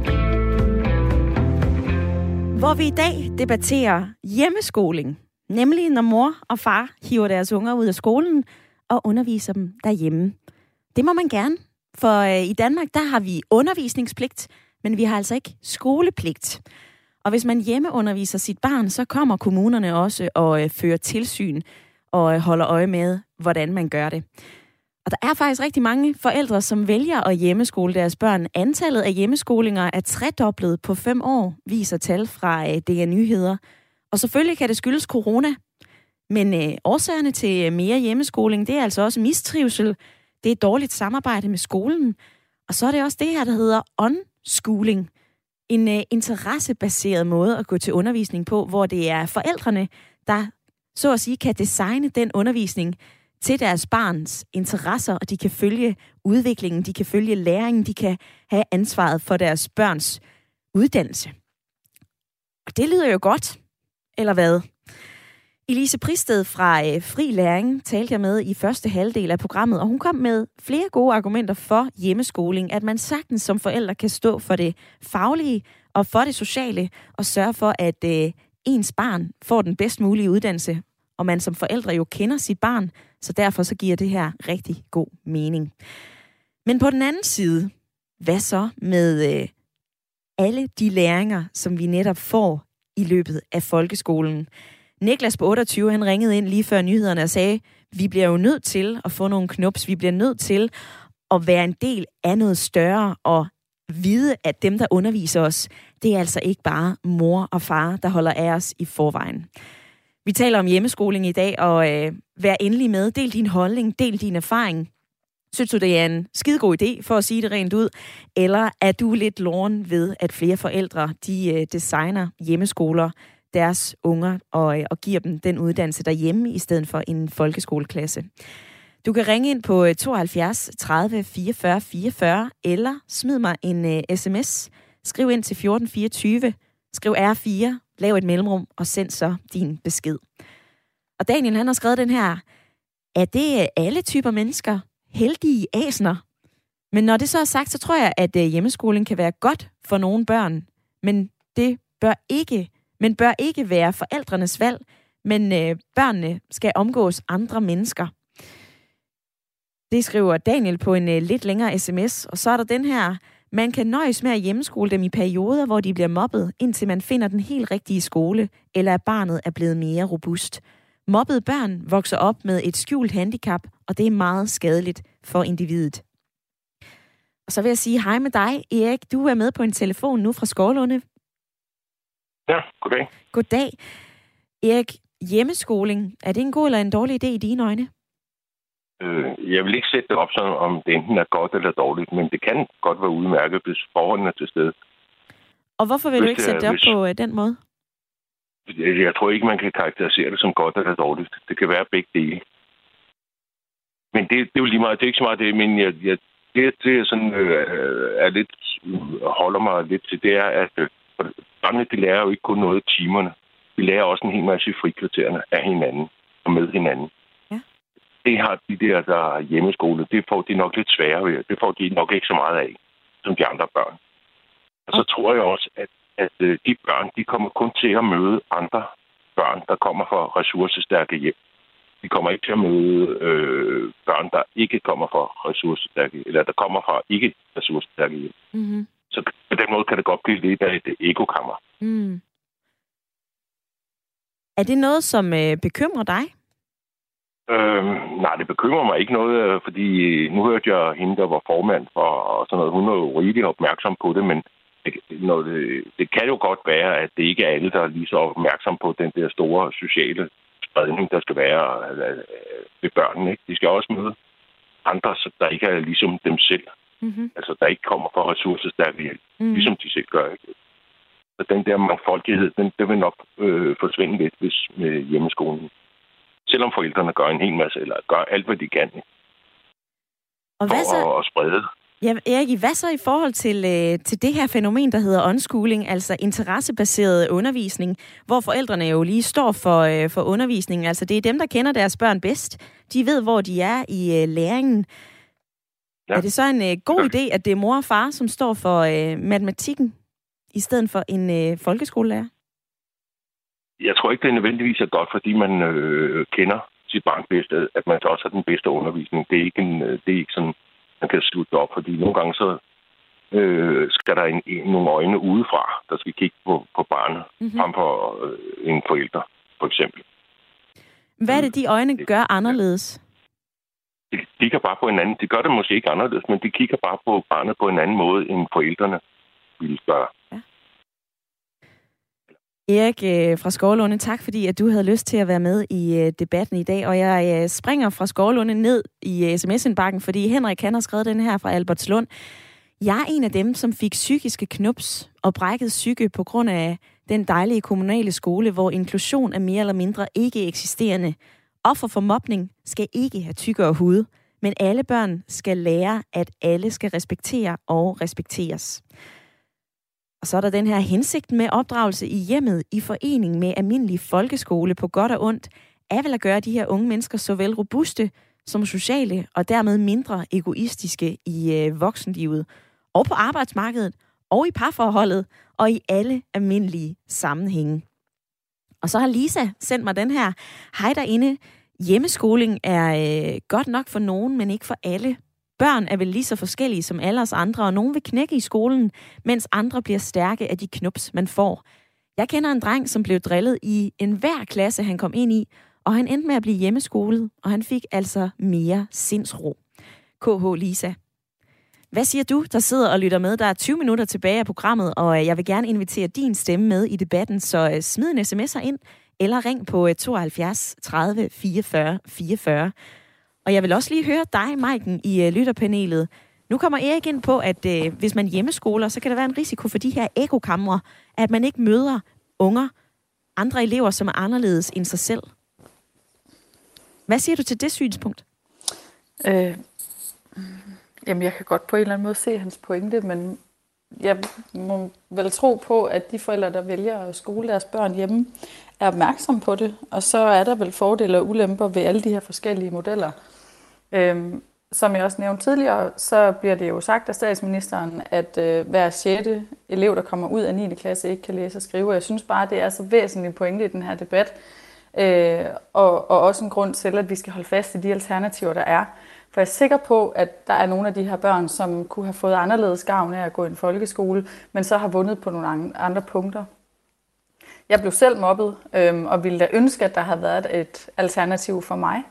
Hvor vi i dag debatterer hjemmeskoling. Nemlig når mor og far hiver deres unger ud af skolen og underviser dem derhjemme. Det må man gerne, for i Danmark der har vi undervisningspligt, men vi har altså ikke skolepligt. Og hvis man hjemmeunderviser sit barn, så kommer kommunerne også og fører tilsyn og holder øje med, hvordan man gør det. Og der er faktisk rigtig mange forældre, som vælger at hjemmeskole deres børn. Antallet af hjemmeskolinger er tredoblet på 5 år, viser tal fra DR Nyheder. Og selvfølgelig kan det skyldes corona. Men årsagerne til mere hjemmeskoling, det er altså også mistrivsel. Det er dårligt samarbejde med skolen. Og så er det også det her, der hedder unschooling. En interessebaseret måde at gå til undervisning på, hvor det er forældrene, der så at sige kan designe den undervisning til deres barns interesser, og de kan følge udviklingen, de kan følge læringen, de kan have ansvaret for deres børns uddannelse. Og det lyder jo godt, eller hvad? Elise Pristed fra Fri Læring talte jeg med i første halvdel af programmet, og hun kom med flere gode argumenter for hjemmeskoling, at man sagtens som forældre kan stå for det faglige og for det sociale, og sørge for, at ens barn får den bedst mulige uddannelse, og man som forældre jo kender sit barn, så derfor så giver det her rigtig god mening. Men på den anden side, hvad så med alle de læringer, som vi netop får i løbet af folkeskolen? Niklas på 28, han ringede ind lige før nyhederne og sagde, vi bliver jo nødt til at få nogle knops, vi bliver nødt til at være en del af noget større og vide, at dem, der underviser os, det er altså ikke bare mor og far, der holder af os i forvejen. Vi taler om hjemmeskoling i dag, og vær endelig med. Del din holdning, del din erfaring. Synes du, det er en skidegod idé, for at sige det rent ud? Eller er du lidt loren ved, at flere forældre, de designer hjemmeskoler, deres unger, og giver dem den uddannelse derhjemme, i stedet for en folkeskoleklasse? Du kan ringe ind på 72 30 44 44, eller smid mig en sms. Skriv ind til 1424, skriv R4, lav et mellemrum, og send så din besked. Og Daniel, han har skrevet den her: er det alle typer mennesker heldige æsner? Men når det så er sagt, så tror jeg, at hjemmeskolen kan være godt for nogle børn, men det bør ikke være forældrenes valg, men børnene skal omgås andre mennesker. Det skriver Daniel på en lidt længere sms, og så er der den her: man kan nøjes med at hjemmeskole dem i perioder, hvor de bliver mobbet, indtil man finder den helt rigtige skole, eller at barnet er blevet mere robust. Mobbede børn vokser op med et skjult handicap, og det er meget skadeligt for individet. Og så vil jeg sige hej med dig, Erik. Du er med på en telefon nu fra Skovlunde. Ja, goddag. Goddag. Erik, hjemmeskoling, er det en god eller en dårlig idé i dine øjne? Jeg vil ikke sætte det op sådan, om det enten er godt eller dårligt, men det kan godt være udmærket, hvis forholdene er til stede. Og hvorfor vil du ikke sætte det op på den måde? Jeg tror ikke, man kan karakterisere det som godt eller dårligt. Det kan være begge dele. Men det er jo lige meget. Det er ikke så meget det, men det sådan, er lidt, holder mig lidt til, det er, at børnene, de lærer jo ikke kun noget i timerne. De lærer også en hel masse i frikvartererne af hinanden og med hinanden. Ja. Det har de der er hjemmeskole, det får de nok lidt sværere ved. Det får de nok ikke så meget af, som de andre børn. Og så tror jeg også, at de børn, de kommer kun til at møde andre børn, der kommer fra ressourcestærke hjem. De kommer ikke til at møde børn, der ikke kommer fra ressourcestærke, eller der kommer fra ikke ressourcestærke hjem. Mm-hmm. Så på den måde kan det godt blive lidt af et ekokammer. Mm. Er det noget, som bekymrer dig? Nej, det bekymrer mig ikke noget, fordi nu hørte jeg hende, der var formand for og sådan noget. Hun er jo rigtig opmærksom på det, men det kan jo godt være, at det ikke er alle, der er lige så opmærksom på den der store sociale spredning, der skal være ved børnene. Ikke? De skal også møde andre, der ikke er ligesom dem selv. Mm-hmm. Altså, der ikke kommer fra ressourcestærke hjælp, ligesom de selv gør. Ikke? Så den der mangfoldighed, den vil nok forsvinde lidt, hvis med hjemmeskolen Selvom forældrene gør en hel masse, eller gør alt, hvad de kan Og hvad så? for at sprede. Ja, Erik, hvad så i forhold til det her fænomen, der hedder unschooling, altså interessebaseret undervisning, hvor forældrene jo lige står for undervisningen. Altså det er dem, der kender deres børn bedst. De ved, hvor de er i læringen. Ja. Er det så en god idé, at det er mor og far, som står for matematikken, i stedet for en folkeskolelærer? Jeg tror ikke, det nødvendigvis er godt, fordi man kender sit barn bedst, at man også har den bedste undervisning. Det er ikke sådan, man kan slutte op, fordi nogle gange så skal der nogle øjne udefra, der skal kigge på barnet, frem for en forælder, for eksempel. Hvad er det, de øjne gør anderledes? De kigger bare på en anden. De gør det måske ikke anderledes, men de kigger bare på barnet på en anden måde, end forældrene ville gøre. Ja. Erik fra Skovlunde, tak fordi at du havde lyst til at være med i debatten i dag. Og jeg springer fra Skovlunde ned i sms-indbakken, fordi Henrik han har skrevet den her fra Albertslund. Jeg er en af dem, som fik psykiske knups og brækket psyke på grund af den dejlige kommunale skole, hvor inklusion er mere eller mindre ikke eksisterende. Offer for mobning skal ikke have tykkere hud, men alle børn skal lære, at alle skal respektere og respekteres. Og så er der den her hensigt med opdragelse i hjemmet i forening med almindelig folkeskole på godt og ondt, er vel at gøre de her unge mennesker såvel robuste som sociale og dermed mindre egoistiske i voksenlivet og på arbejdsmarkedet og i parforholdet og i alle almindelige sammenhænge. Og så har Lisa sendt mig den her. Hej derinde. Hjemmeskoling er godt nok for nogen, men ikke for alle. Børn er vel lige så forskellige som alle os andre, og nogen vil knække i skolen, mens andre bliver stærke af de knups, man får. Jeg kender en dreng, som blev drillet i enhver klasse, han kom ind i, og han endte med at blive hjemmeskolet, og han fik altså mere sindsro. KH Lisa. Hvad siger du, der sidder og lytter med? Der er 20 minutter tilbage af programmet, og jeg vil gerne invitere din stemme med i debatten, så smid en sms'er ind, eller ring på 72 30 44 44. Og jeg vil også lige høre dig, Maiken, i lytterpanelet. Nu kommer Erik ind på, at hvis man hjemmeskoler, så kan der være en risiko for de her ekokamre, at man ikke møder andre elever, som er anderledes end sig selv. Hvad siger du til det synspunkt? Jamen, jeg kan godt på en eller anden måde se hans pointe, men jeg må vel tro på, at de forældre, der vælger at skole deres børn hjemme, er opmærksomme på det. Og så er der vel fordele og ulemper ved alle de her forskellige modeller. Som jeg også nævnte tidligere, så bliver det jo sagt af statsministeren, at hver 6. elev, der kommer ud af 9. klasse, ikke kan læse og skrive. Jeg synes bare, det er så væsentlig pointe i den her debat. Og også en grund til, at vi skal holde fast i de alternativer, der er. For jeg er sikker på, at der er nogle af de her børn, som kunne have fået anderledes gavn af at gå i en folkeskole, men så har vundet på nogle andre punkter. Jeg blev selv mobbet, og ville da ønske, at der havde været et alternativ for mig.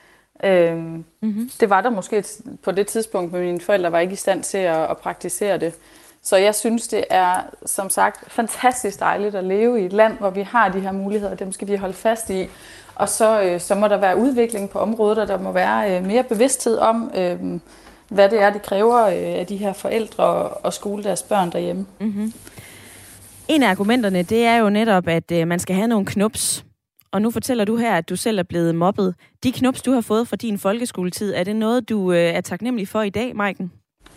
Det var der måske på det tidspunkt, men mine forældre var ikke i stand til at praktisere det. Så jeg synes, det er som sagt fantastisk dejligt at leve i et land, hvor vi har de her muligheder, dem skal vi holde fast i. Og så må der være udvikling på området, og der må være mere bevidsthed om, hvad det er, det kræver af de her forældre at skole deres børn derhjemme. Mm-hmm. En af argumenterne, det er jo netop, at man skal have nogle knups. Og nu fortæller du her, at du selv er blevet mobbet. De knups, du har fået fra din folkeskoletid, er det noget, du er taknemmelig for i dag, Maiken?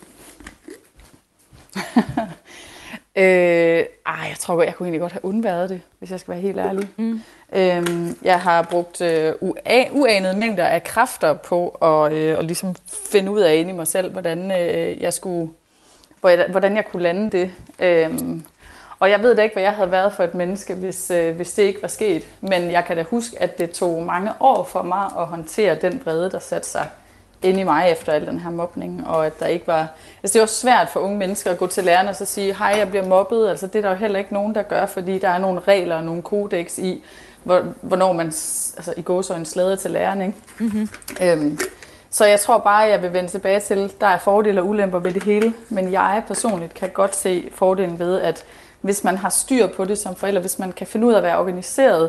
Jeg tror, jeg kunne egentlig godt have undværet det, hvis jeg skal være helt ærlig. Jeg har brugt uanede mængder af kræfter på at ligesom finde ud af inde i mig selv, hvordan jeg kunne lande det. Og jeg ved da ikke, hvad jeg havde været for et menneske, hvis det ikke var sket. Men jeg kan da huske, at det tog mange år for mig at håndtere den vrede, der satte sig inde i mig efter al den her mobning. Og at der ikke var... Altså det var svært for unge mennesker at gå til lærerne og så sige, hej, jeg bliver mobbet. Altså det er der jo heller ikke nogen, der gør, fordi der er nogle regler og nogle kodex i, hvornår man i gåseøjne slæder til læreren. Ikke? Mm-hmm. Så jeg tror bare, at jeg vil vende tilbage til, der er fordele og ulemper ved det hele. Men jeg personligt kan godt se fordelen ved, at hvis man har styr på det som forælder, hvis man kan finde ud af at være organiseret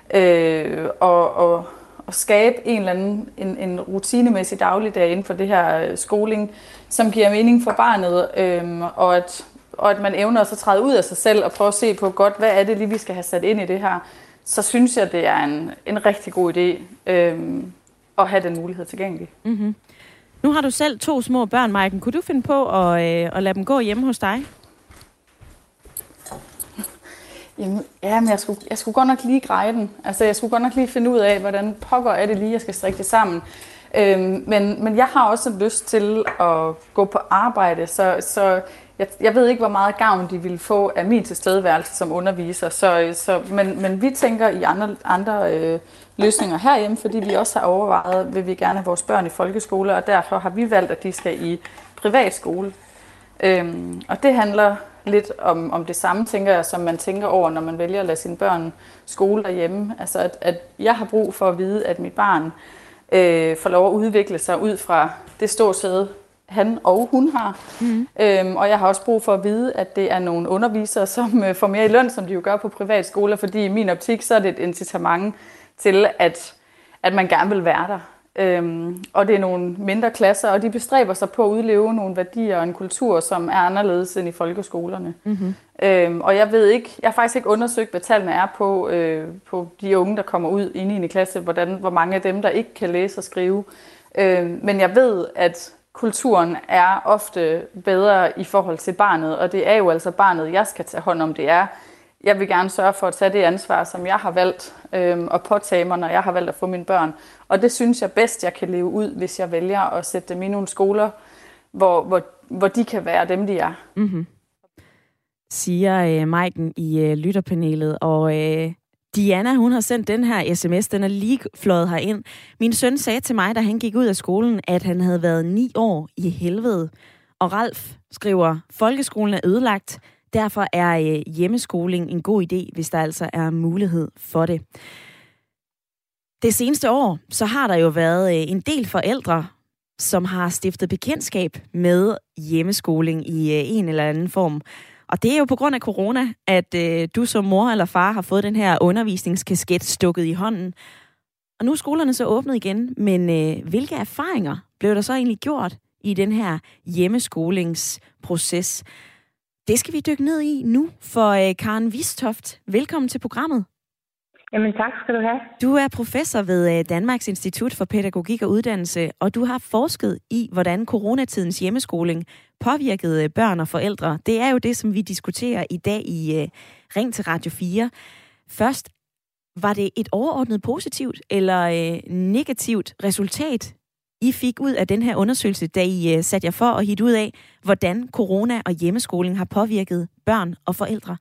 og skabe en eller anden en rutinemæssig dagligdag inden for det her skoling, som giver mening for barnet, og at man evner at træde ud af sig selv og prøve at se på godt, hvad er det lige, vi skal have sat ind i det her. så synes jeg, det er en rigtig god idé at have den mulighed tilgængelig. Mm-hmm. Nu har du selv 2 små børn, Maiken. Kunne du finde på at lade dem gå hjemme hos dig? Jamen, jeg skulle godt nok lige greje den. Altså, jeg skulle godt nok lige finde ud af, hvordan pokker er det lige, jeg skal strikke det sammen. Men jeg har også lyst til at gå på arbejde, så jeg ved ikke, hvor meget gavn de vil få af min tilstedeværelse som underviser. Men vi tænker i andre løsninger herhjemme, fordi vi også har overvejet, vil vi gerne have vores børn i folkeskole, og derfor har vi valgt, at de skal i privatskole. Og det handler lidt om det samme, tænker jeg, som man tænker over, når man vælger at lade sine børn skole derhjemme. Altså, at jeg har brug for at vide, at mit barn får lov at udvikle sig ud fra det ståsted, han og hun har. Og jeg har også brug for at vide, at det er nogle undervisere, som får mere i løn, som de jo gør på privatskoler, fordi i min optik, så er det et incitament til, at man gerne vil være der. Og det er nogle mindre klasser, og de bestræber sig på at udleve nogle værdier og en kultur, som er anderledes end i folkeskolerne. Mm-hmm. Og jeg har faktisk ikke undersøgt, hvad tallene er på de unge, der kommer ud i 9. klasse, hvor mange af dem, der ikke kan læse og skrive. Men jeg ved, at kulturen er ofte bedre i forhold til barnet, og det er jo altså barnet, jeg skal tage hånd om. Jeg vil gerne sørge for at tage det ansvar, som jeg har valgt at påtage mig, når jeg har valgt at få mine børn. Og det synes jeg bedst, jeg kan leve ud, hvis jeg vælger at sætte dem i nogle skoler, hvor de kan være dem, de er. Mm-hmm. Siger Maiken i lytterpanelet, og Diana, hun har sendt den her sms, den er lige fløjet herind. Min søn sagde til mig, da han gik ud af skolen, at han havde været 9 år i helvede. Og Ralf skriver, folkeskolen er ødelagt, derfor er hjemmeskoling en god idé, hvis der altså er mulighed for det. Det seneste år, så har der jo været en del forældre, som har stiftet bekendtskab med hjemmeskoling i en eller anden form. Og det er jo på grund af corona, at du som mor eller far har fået den her undervisningskasket stukket i hånden. Og nu er skolerne så åbnet igen, men hvilke erfaringer blev der så egentlig gjort i den her hjemmeskolingsproces? Det skal vi dykke ned i nu for Karen Vistoft. Velkommen til programmet. Jamen tak skal du have. Du er professor ved Danmarks Institut for Pædagogik og Uddannelse, og du har forsket i, hvordan coronatidens hjemmeskoling påvirkede børn og forældre. Det er jo det, som vi diskuterer i dag i Ring til Radio 4. Først, var det et overordnet positivt eller negativt resultat, I fik ud af den her undersøgelse, da I satte jer for at hitte ud af, hvordan corona og hjemmeskoling har påvirket børn og forældre?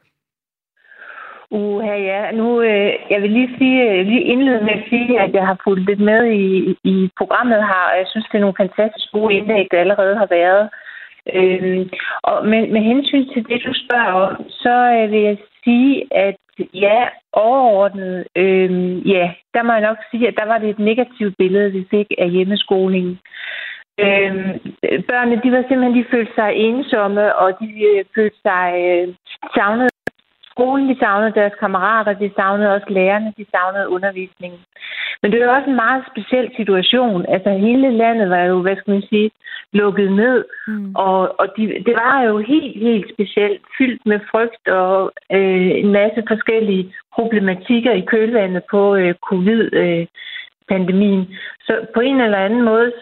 Jeg vil lige indlede med at sige, at jeg har fulgt lidt med i programmet her, og jeg synes, det er nogle fantastisk gode indlæg, der allerede har været. Og med hensyn til det, du spørger om, så vil jeg sige, at overordnet, der må jeg nok sige, at der var det et negativt billede, vi fik af hjemmeskolingen. Børnene, de følte sig ensomme, og de følte sig savnet skolen, de savnede deres kammerater, de savnede også lærerne, de savnede undervisningen. Men det var også en meget speciel situation. Altså hele landet var jo, lukket ned, og det var jo helt specielt fyldt med frygt og en masse forskellige problematikker i kølvandet på covid-pandemien. Så på en eller anden måde,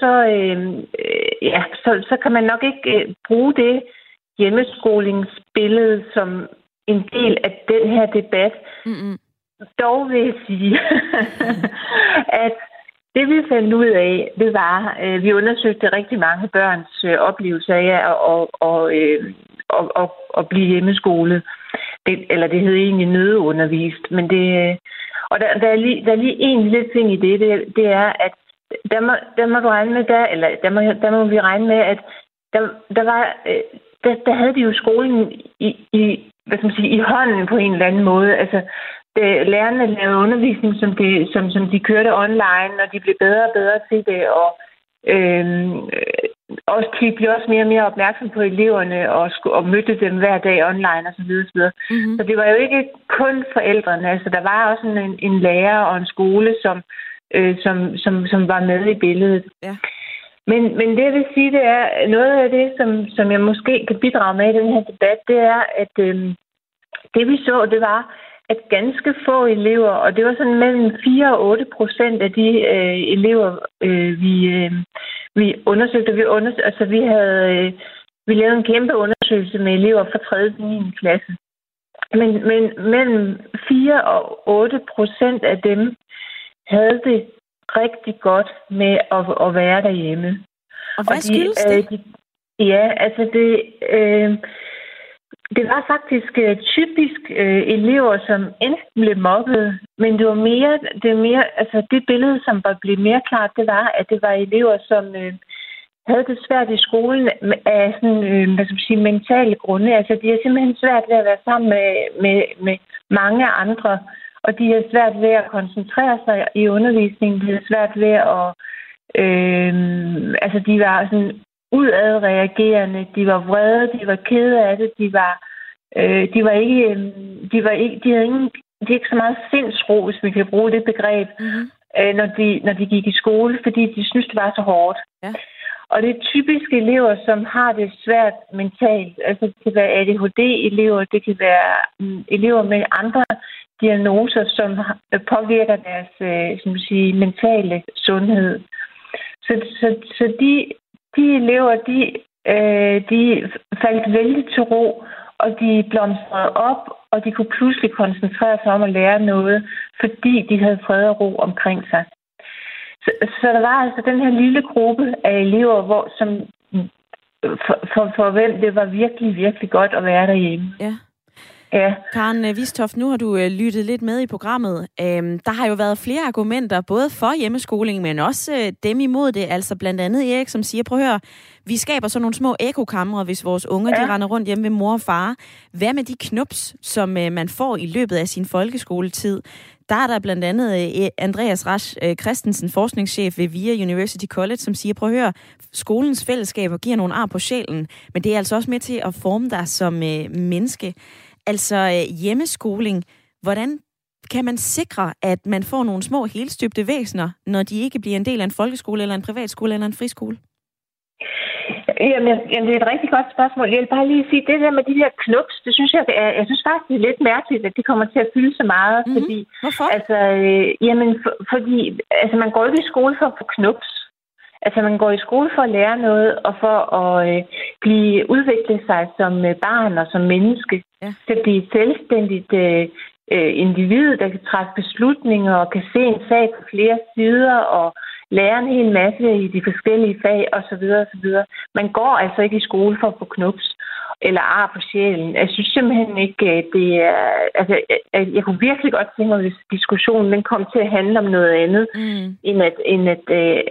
så kan man nok ikke bruge det hjemmeskolingsbillede som en del af den her debat. Mm-hmm. Dog vil jeg sige, at det vi fandt ud af, det var, vi undersøgte rigtig mange børns oplevelser af at blive hjemmeskolet. Det hed egentlig nødundervist, men det... Og der er lige en lille ting i det er, at der må du regne med, der må vi regne med, at der havde de jo skolen i hånden på en eller anden måde. Altså, lærerne lavede undervisning, som de kørte online, og de blev bedre og bedre til det, og de blev også mere og mere opmærksom på eleverne, og mødte dem hver dag online, og så videre. Mm-hmm. Så det var jo ikke kun forældrene. Altså, der var også en lærer og en skole, som var med i billedet. Ja. Men det, jeg vil sige, det er noget af det, som jeg måske kan bidrage med i den her debat, det er, at det vi så, det var, at ganske få elever, og det var sådan mellem 4 og 8% af de elever, vi undersøgte. Altså vi lavede en kæmpe undersøgelse med elever fra 3. til 9. klasse. Men mellem 4 og 8% af dem havde det rigtig godt med at være derhjemme. Og hvad skyldes det? Ja, altså det var faktisk typisk elever, som enten blev mobbet, men det var mere, altså det billede, som blev mere klart, det var, at det var elever, som havde det svært i skolen af sådan, hvad skal man sige, mentale grunde. Altså de har simpelthen svært ved at være sammen med mange andre, og de har svært ved at koncentrere sig i undervisningen. De har svært ved at, altså de var sådan udadreagerende, de var vrede, de var kede af det, de havde ikke så meget sindsro, hvis vi kan bruge det begreb, når de gik i skole, fordi de synes det var så hårdt. Ja. Og det er typiske elever, som har det svært mentalt. Altså det kan være ADHD-elever, det kan være elever med andre diagnoser, som påvirker deres mentale sundhed. Så de elever, de faldt vældig til ro, og de blomstrede op, og de kunne pludselig koncentrere sig om at lære noget, fordi de havde fred og ro omkring sig. Så der var altså den her lille gruppe af elever, som for hvem det var virkelig, virkelig godt at være derhjemme. Ja. Ja. Karen Wistoft, nu har du lyttet lidt med i programmet. Der har jo været flere argumenter, både for hjemmeskoling, men også dem imod det. Altså blandt andet Erik, som siger, prøv at høre, vi skaber sådan nogle små ekokamre, hvis vores unger de render rundt hjemme ved mor og far. Hvad med de knups, som man får i løbet af sin folkeskoletid? Der er der blandt andet Andreas Rasch Christensen, forskningschef ved VIA University College, som siger, prøv at høre, skolens fællesskaber giver nogle ar på sjælen, men det er altså også med til at forme dig som menneske. Altså hjemmeskoling, hvordan kan man sikre, at man får nogle små helstøbte væsener, når de ikke bliver en del af en folkeskole, eller en privatskole, eller en friskole? Jamen, det er et rigtig godt spørgsmål. Jeg vil bare lige sige, det der med de her knups, det synes jeg synes faktisk, det er lidt mærkeligt, at det kommer til at fylde så meget. Fordi, hvorfor? Altså, fordi man går ikke i skole for at få knups. Altså, man går i skole for at lære noget, og for at udvikle sig som barn og som menneske. Ja. Til at blive et selvstændigt individ, der kan træffe beslutninger og kan se en sag på flere sider og lære en hel masse i de forskellige fag osv. osv. Man går altså ikke i skole for at få knups eller ar på sjælen. Jeg synes simpelthen ikke, det er... Altså, jeg kunne virkelig godt tænke mig, hvis diskussionen den kom til at handle om noget andet, end at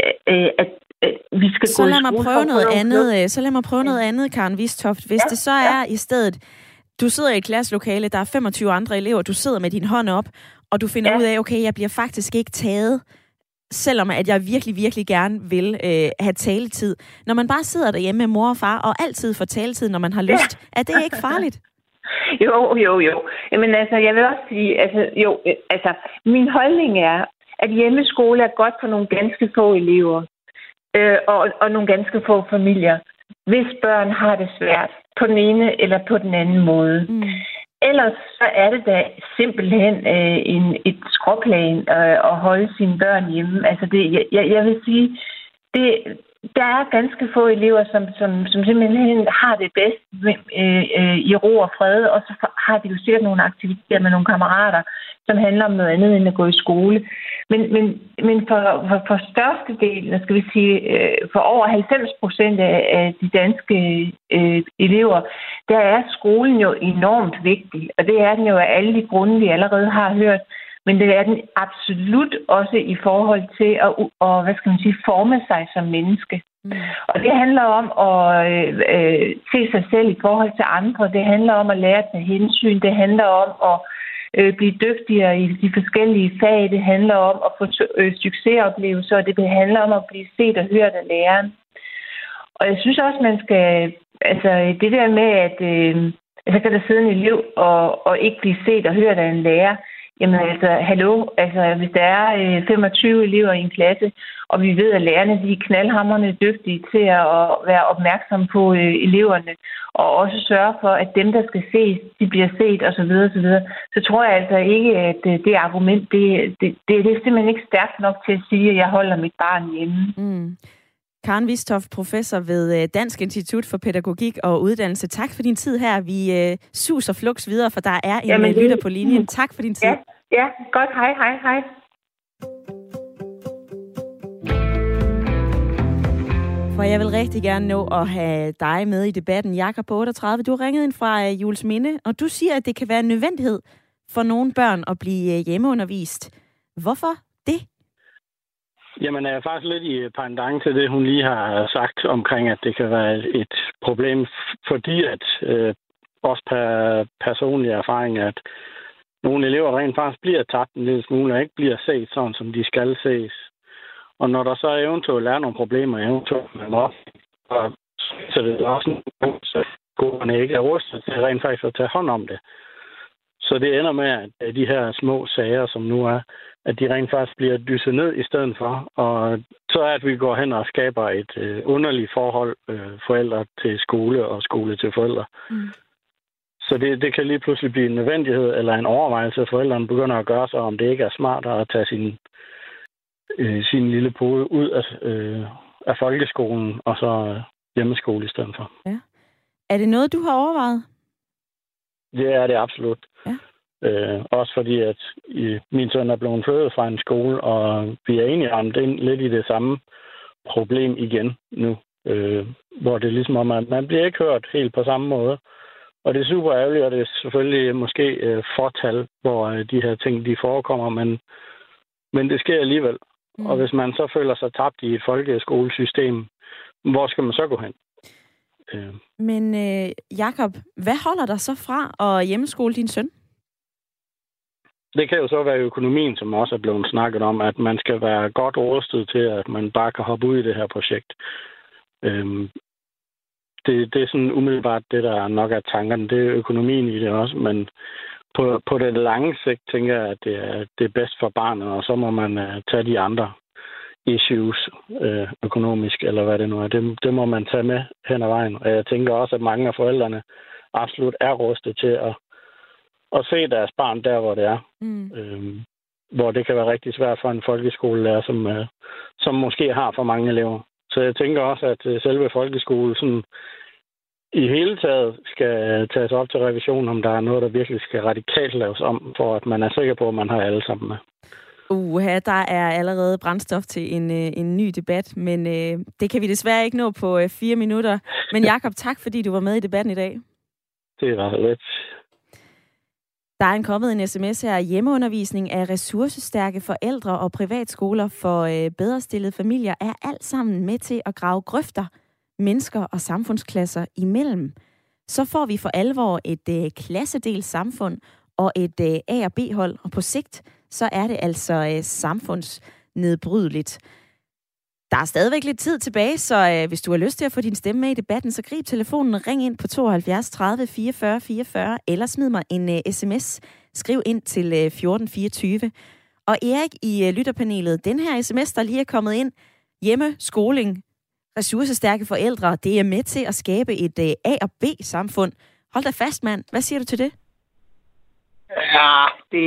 vi skal gå i skole. Så lad mig prøve noget andet, Karen Wistoft. Hvis det så er i stedet, du sidder i et klasselokale, der er 25 andre elever, du sidder med din hånd op, og du finder ud af, okay, jeg bliver faktisk ikke taget, selvom at jeg virkelig, virkelig gerne vil have taletid. Når man bare sidder derhjemme med mor og far, og altid får taletid, når man har lyst, er det ikke farligt? Jo. Jamen altså, jeg vil også sige, min holdning er, at hjemmeskole er godt for nogle ganske få elever, og nogle ganske få familier, hvis børn har det svært på den ene eller på den anden måde. Ellers så er det da simpelthen et skråplan at holde sine børn hjemme. Altså jeg vil sige, der er ganske få elever, som simpelthen har det bedst i ro og fred, og så har de jo sikkert nogle aktiviteter med nogle kammerater, som handler om noget andet end at gå i skole. Men for størstedelen, skal vi sige, for over 90% af de danske elever, der er skolen jo enormt vigtig. Og det er den jo af alle de grunde, vi allerede har hørt. Men det er den absolut også i forhold til at forme sig som menneske. Og det handler om at se sig selv i forhold til andre. Det handler om at lære at tage hensyn. Det handler om at blive dygtigere i de forskellige fag. Det handler om at få succesoplevelser, og det handler om at blive set og hørt af læreren. Og jeg synes også, man skal... Altså, det der med, at så kan der sidde en elev og ikke blive set og hørt af en lærer, jamen altså, hallo, altså hvis der er 25 elever i en klasse, og vi ved, at lærerne de er knaldhamrende dygtige til at være opmærksomme på eleverne, og også sørge for, at dem, der skal ses, de bliver set osv., så tror jeg altså ikke, at det argument, det er simpelthen ikke stærkt nok til at sige, at jeg holder mit barn hjemme. Mm. Karen Wistoft, professor ved Dansk Institut for Pædagogik og Uddannelse. Tak for din tid her. Vi suser flux videre, for der er en lytter på linjen. Tak for din tid. Ja, godt. Hej. For jeg vil rigtig gerne nå at have dig med i debatten. Jakob på 38, du har ringet ind fra Juelsminde, og du siger, at det kan være en nødvendighed for nogle børn at blive hjemmeundervist. Hvorfor det? Jamen, jeg er faktisk lidt i pendant til det, hun lige har sagt omkring, at det kan være et problem, fordi at også per personlig erfaring, at nogle elever rent faktisk bliver tabt en lille smule, og ikke bliver set sådan, som de skal ses. Og når der så eventuelt er nogle problemer, eventuelt med mobning, så det er også at skolerne ikke er rustet til rent faktisk at tage hånd om det. Så det ender med, at de her små sager, som nu er, at de rent faktisk bliver dysset ned i stedet for. Og så er, at vi går hen og skaber et underligt forhold, forældre til skole og skole til forældre. Mm. Så det kan lige pludselig blive en nødvendighed eller en overvejelse, at forældrene begynder at gøre sig, om det ikke er smartere at tage sin lille pode ud af folkeskolen og så hjemmeskole i stedet for. Ja. Er det noget, du har overvejet? Det er det absolut. Ja. Også fordi, at min søn er blevet født fra en skole, og vi er egentlig ramt ind lidt i det samme problem igen nu. Hvor det er ligesom om, at man bliver ikke hørt helt på samme måde. Og det er super ærgerligt, og det er selvfølgelig måske fortal, hvor de her ting de forekommer, men det sker alligevel. Mm. Og hvis man så føler sig tabt i et folkeskolesystem, hvor skal man så gå hen? Men Jakob, hvad holder dig så fra at hjemmeskole din søn? Det kan jo så være økonomien, som også er blevet snakket om, at man skal være godt rustet til, at man bare kan hoppe ud i det her projekt. Det er sådan umiddelbart det, der nok er tankerne. Det er økonomien i det også, men på det lange sigt tænker jeg, at det er bedst for barnet, og så må man tage de andre issues økonomisk, eller hvad det nu er. Det må man tage med hen ad vejen. Og jeg tænker også, at mange af forældrene absolut er rustet til at se deres barn der, hvor det er. Mm. Hvor det kan være rigtig svært for en folkeskolelærer, som måske har for mange elever. Så jeg tænker også, at selve folkeskole sådan i hele taget skal tages op til revision, om der er noget, der virkelig skal radikalt laves om, for at man er sikker på, at man har alle sammen med. Der er allerede brændstof til en ny debat, men det kan vi desværre ikke nå på 4 minutter. Men Jakob, tak fordi du var med i debatten i dag. Det var lidt. Der er kommet en sms her. Hjemmeundervisning af ressourcestærke forældre og privatskoler for bedre stillede familier er alt sammen med til at grave grøfter mennesker og samfundsklasser imellem. Så får vi for alvor et klassedelt samfund og et A- og B-hold, og på sigt så er det altså samfundsnedbrydeligt. Der er stadigvæk lidt tid tilbage, så hvis du har lyst til at få din stemme med i debatten, så grib telefonen og ring ind på 72 30 44 44, eller smid mig en sms. Skriv ind til 1424. Og Erik i lytterpanelet, den her sms, der lige er kommet ind, hjemmeskoling, ressourcestærke forældre, det er med til at skabe et A- og B-samfund. Hold da fast, mand. Hvad siger du til det? Ja,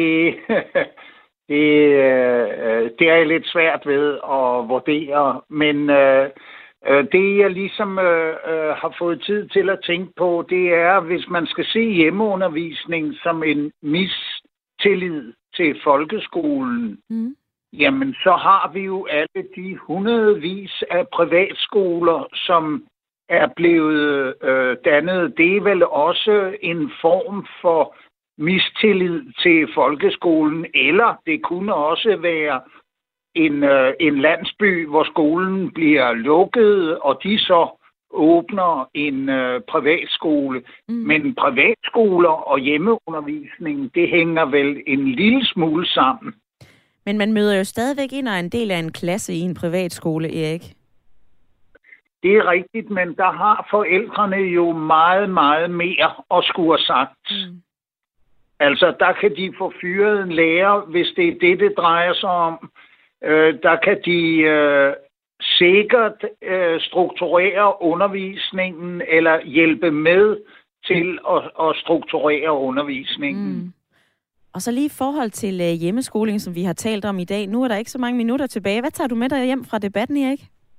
det er lidt svært ved at vurdere, men det jeg ligesom har fået tid til at tænke på, det er, hvis man skal se hjemmeundervisning som en mistillid til folkeskolen, jamen så har vi jo alle de hundredvis af privatskoler, som er blevet dannet. Det er vel også en form for mistillid til folkeskolen, eller det kunne også være en landsby, hvor skolen bliver lukket, og de så åbner en privatskole. Men privatskoler og hjemmeundervisning, det hænger vel en lille smule sammen. Men man møder jo stadigvæk ind og en del af en klasse i en privatskole, Erik. Det er rigtigt, men der har forældrene jo meget, meget mere at skulle have sagt. Altså, der kan de få fyret en lærer, hvis det er det drejer sig om. Der kan de sikkert strukturere undervisningen eller hjælpe med til at strukturere undervisningen. Mm. Og så lige i forhold til hjemmeskoling, som vi har talt om i dag. Nu er der ikke så mange minutter tilbage. Hvad tager du med dig hjem fra debatten, Erik?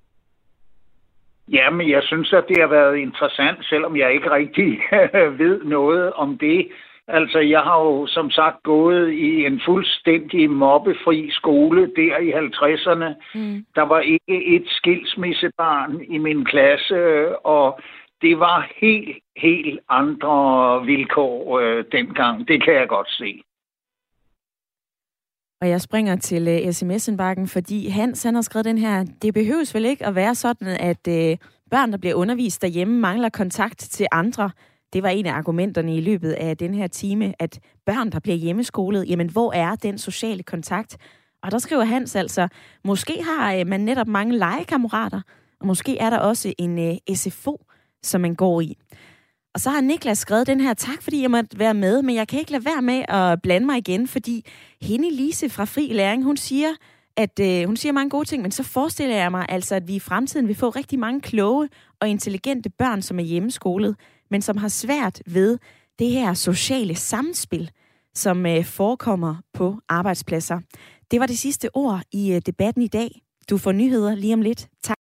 Jamen, jeg synes, at det har været interessant, selvom jeg ikke rigtig ved noget om det. Altså, jeg har jo som sagt gået i en fuldstændig mobbefri skole der i 50'erne. Mm. Der var ikke et skilsmissebarn i min klasse, og det var helt andre vilkår dengang. Det kan jeg godt se. Og jeg springer til sms-indbakken, fordi Hans han har skrevet den her: det behøves vel ikke at være sådan, at børn, der bliver undervist derhjemme, mangler kontakt til andre. Det var en af argumenterne i løbet af den her time, at børn, der bliver hjemmeskolet, jamen hvor er den sociale kontakt? Og der skriver Hans altså, måske har man netop mange legekammerater, og måske er der også en SFO, som man går i. Og så har Niklas skrevet den her: tak fordi jeg måtte være med, men jeg kan ikke lade være med at blande mig igen, fordi hende Lise fra Fri Læring, hun siger, at hun siger mange gode ting, men så forestiller jeg mig altså, at vi i fremtiden vil få rigtig mange kloge og intelligente børn, som er hjemmeskolet, men som har svært ved det her sociale samspil, som forekommer på arbejdspladser. Det var det sidste ord i debatten i dag. Du får nyheder lige om lidt. Tak.